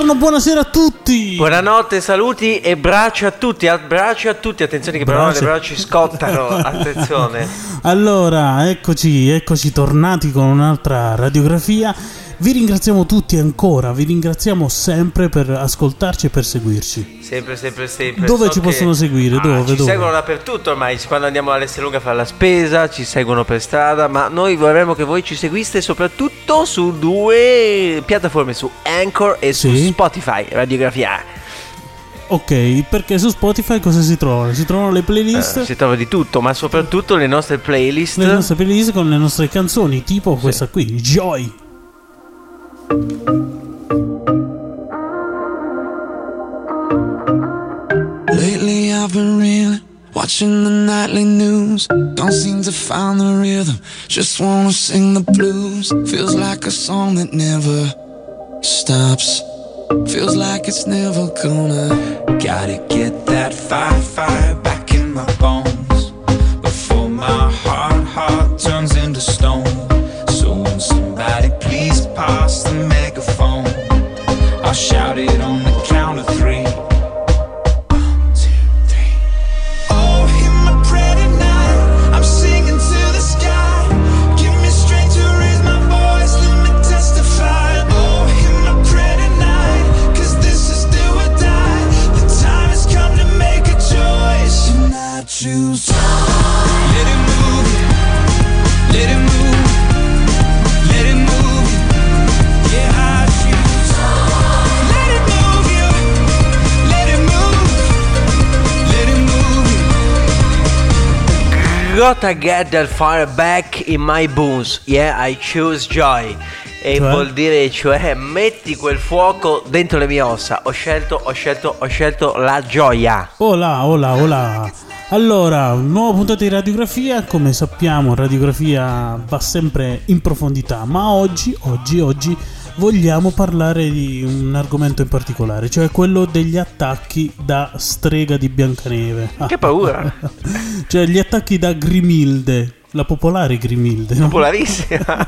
Buongiorno, buonasera a tutti. Buonanotte, saluti e braccia a tutti. Abbracci a tutti. Attenzione che però le braccia scottano. Attenzione. Allora, eccoci tornati con un'altra radiografia. Vi ringraziamo tutti ancora, vi ringraziamo sempre per ascoltarci e per seguirci. Sempre. Dove ci possono seguire? Dove? Seguono dappertutto ormai, quando andiamo all'Esselunga a fare la spesa, ci seguono per strada, ma noi vorremmo che voi ci seguiste soprattutto su due piattaforme, su Anchor e su Spotify, Radiografia. Ok, perché su Spotify cosa si trova? Si trovano le playlist? Si trova di tutto, ma soprattutto le nostre playlist. Le nostre playlist con le nostre canzoni, tipo questa qui, Joy. Lately I've been reeling, watching the nightly news. Don't seem to find the rhythm, just wanna sing the blues. Feels like a song that never stops, feels like it's never gonna. Gotta get that fire back in my bones, before my heart turns into stone. So when somebody please pass the megaphone, I'll shout it on the count of three. Choose. Let it move, let it move, let it move. Yeah, I choose. Let it move you, let it move, let it move. Gotta get that fire back in my bones. Yeah, I choose joy. E vuol dire, cioè, metti quel fuoco dentro le mie ossa. Ho scelto la gioia. Hola. Allora, nuova puntata di radiografia. Come sappiamo, radiografia va sempre in profondità, ma oggi vogliamo parlare di un argomento in particolare, cioè quello degli attacchi da strega di Biancaneve. Che paura! Cioè gli attacchi da Grimilde, la popolare Grimilde, no? Popolarissima.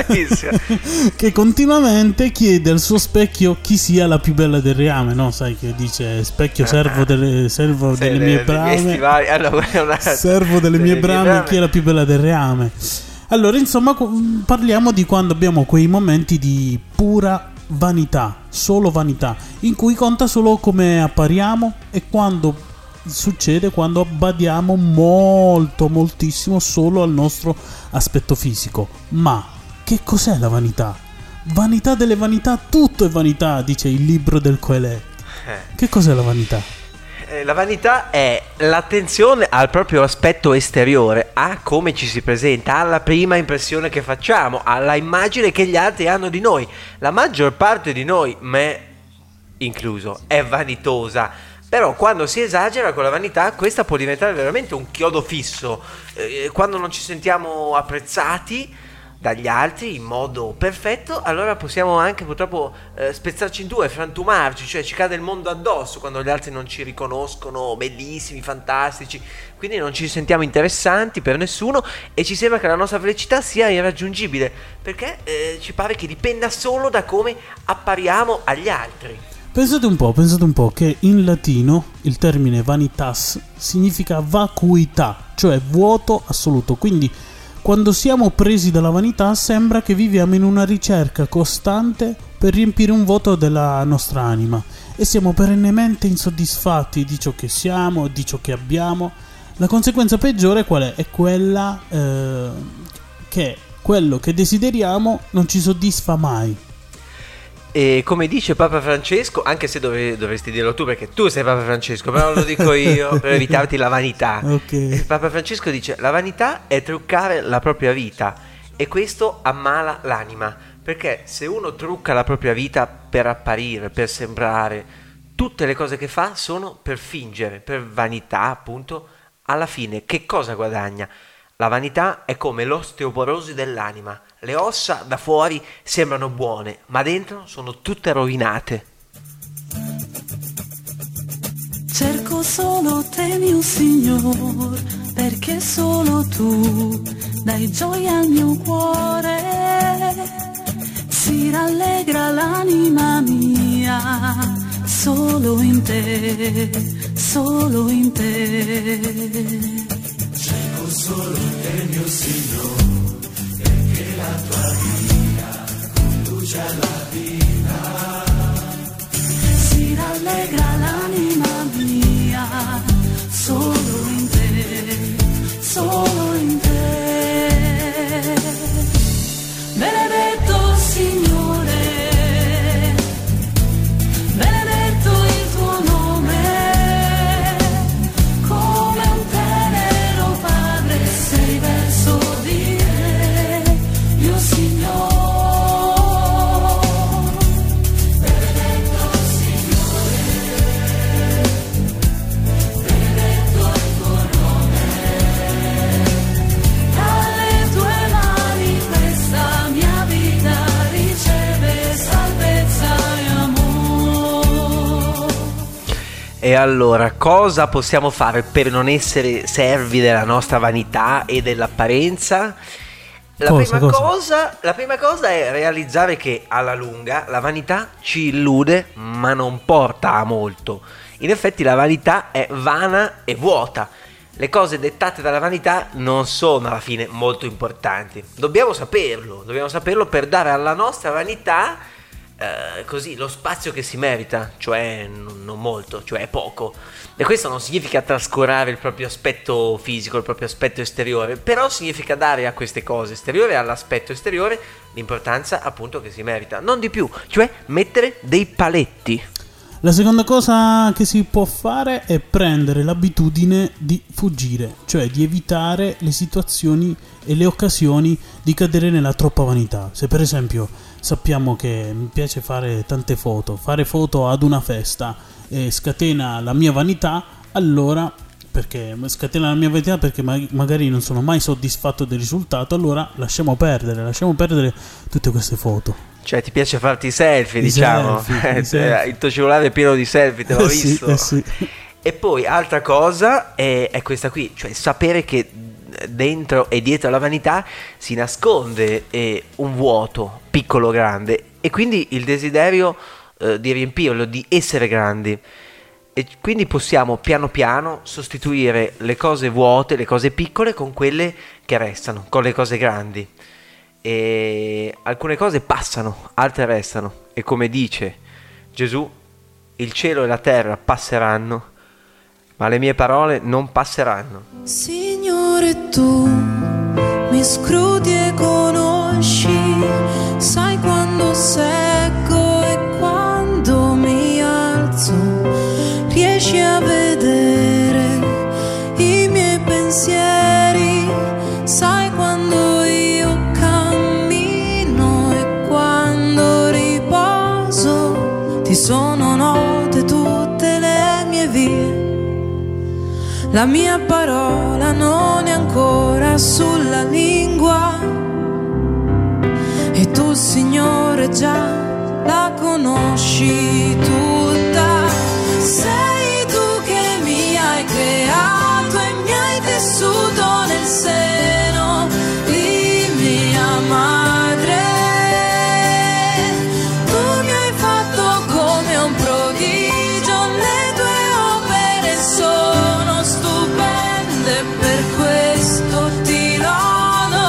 Che continuamente chiede al suo specchio chi sia la più bella del reame, no? Sai che dice: specchio, servo delle mie brame, servo delle mie brame, chi è la più bella del reame? Allora, insomma, parliamo di quando abbiamo quei momenti di pura vanità, solo vanità, in cui conta solo come appariamo, e quando succede quando badiamo moltissimo solo al nostro aspetto fisico. Ma che cos'è la vanità? Vanità delle vanità, tutto è vanità, dice il libro del Coelet. Che cos'è la vanità? La vanità è l'attenzione al proprio aspetto esteriore, a come ci si presenta, alla prima impressione che facciamo, alla immagine che gli altri hanno di noi. La maggior parte di noi, me incluso, è vanitosa. Però quando si esagera con la vanità, questa può diventare veramente un chiodo fisso. Quando non ci sentiamo apprezzati dagli altri in modo perfetto, allora possiamo anche purtroppo spezzarci in due, frantumarci, cioè ci cade il mondo addosso quando gli altri non ci riconoscono bellissimi, fantastici, quindi non ci sentiamo interessanti per nessuno e ci sembra che la nostra felicità sia irraggiungibile, perché ci pare che dipenda solo da come appariamo agli altri. Pensate un po' che in latino il termine vanitas significa vacuità, cioè vuoto assoluto. Quindi quando siamo presi dalla vanità sembra che viviamo in una ricerca costante per riempire un vuoto della nostra anima e siamo perennemente insoddisfatti di ciò che siamo, di ciò che abbiamo. La conseguenza peggiore qual è? È quella che quello che desideriamo non ci soddisfa mai. E come dice Papa Francesco, anche se dovresti dirlo tu perché tu sei Papa Francesco, però lo dico io per evitarti la vanità. Okay. Papa Francesco dice: la vanità è truccare la propria vita e questo ammala l'anima, perché se uno trucca la propria vita per apparire, per sembrare, tutte le cose che fa sono per fingere, per vanità appunto, alla fine che cosa guadagna? La vanità è come l'osteoporosi dell'anima. Le ossa da fuori sembrano buone, ma dentro sono tutte rovinate. Cerco solo te, mio Signor, perché solo tu dai gioia al mio cuore. Si rallegra l'anima mia mia, solo in te, solo in te. Cerco solo te, mio Signore, perché la tua via conduce alla vita. Si rallegra l'anima mia, solo in te, solo in te. Benedetto Signore, benedetto il tuo nome, come un tenero padre sei verso di me, mio Signore. Benedetto Signore, benedetto il tuo nome, dalle tue mani questa mia vita riceve salvezza e amore. E allora, cosa possiamo fare per non essere servi della nostra vanità e dell'apparenza? La prima cosa è realizzare che alla lunga la vanità ci illude, ma non porta a molto. In effetti la vanità è vana e vuota. Le cose dettate dalla vanità non sono alla fine molto importanti. Dobbiamo saperlo per dare alla nostra vanità così lo spazio che si merita, cioè non molto, cioè poco. E questo non significa trascurare il proprio aspetto fisico, il proprio aspetto esteriore, però significa dare a queste cose esteriori, all'aspetto esteriore, l'importanza appunto che si merita, non di più, cioè mettere dei paletti. La seconda cosa che si può fare è prendere l'abitudine di fuggire, cioè di evitare le situazioni e le occasioni di cadere nella troppa vanità. Se per esempio sappiamo che mi piace fare tante foto, fare foto ad una festa scatena la mia vanità, allora perché scatena la mia vanità perché magari non sono mai soddisfatto del risultato, allora lasciamo perdere tutte queste foto. Cioè ti piace farti i selfie, diciamo. Il tuo cellulare è pieno di selfie, te l'ho visto. Sì. E poi altra cosa è questa qui, cioè sapere che dentro e dietro la vanità si nasconde un vuoto piccolo o grande, e quindi il desiderio di riempirlo, di essere grandi. E quindi possiamo piano piano sostituire le cose vuote, le cose piccole, con quelle che restano, con le cose grandi. E alcune cose passano, altre restano, e come dice Gesù, il cielo e la terra passeranno, ma le mie parole non passeranno. Signore, tu mi scrudi e conosci, sai quando secco e quando mi alzo, riesci a vedere i miei pensieri, sai quando io cammino e quando riposo, ti sono note tutte le mie vie. La mia parola non è ancora sulla lingua e tu, Signore, già la conosci tutta. Sei tu che mi hai creato e mi hai tessuto nel seno di mia madre. Tu mi hai fatto come un prodigio, le tue opere sono stupende, per questo ti lodo.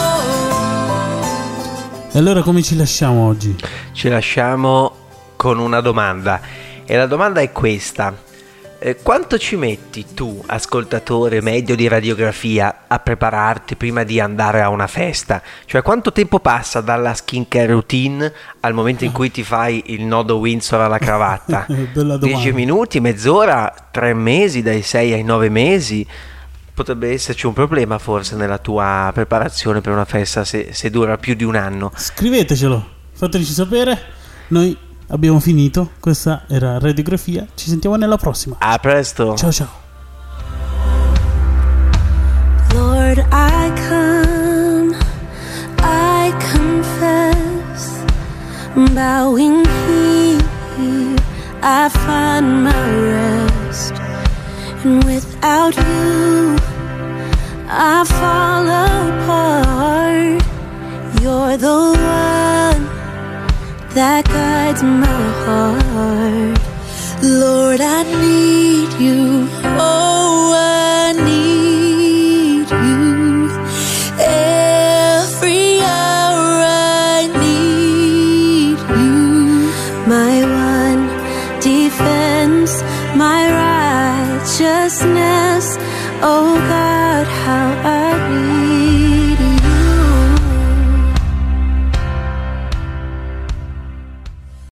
E allora come ci lasciamo oggi? Ci lasciamo con una domanda, e la domanda è questa: quanto ci metti tu, ascoltatore medio di radiografia, a prepararti prima di andare a una festa? Cioè quanto tempo passa dalla skincare routine al momento in cui ti fai il nodo Windsor alla cravatta? 10 minuti, mezz'ora, 3 mesi, dai 6 ai 9 mesi? Potrebbe esserci un problema forse nella tua preparazione per una festa se dura più di un anno. Scrivetecelo, fateci sapere. Noi abbiamo finito, questa era Radiografia, ci sentiamo nella prossima. A presto. Ciao ciao. Lord, I come, I confess, bowing here, I find my rest, and without you, I fall apart. You're the one that guides my heart. Lord, I need you. Oh, I need you. Every hour I need you. My one defense, my righteousness. Oh God, how I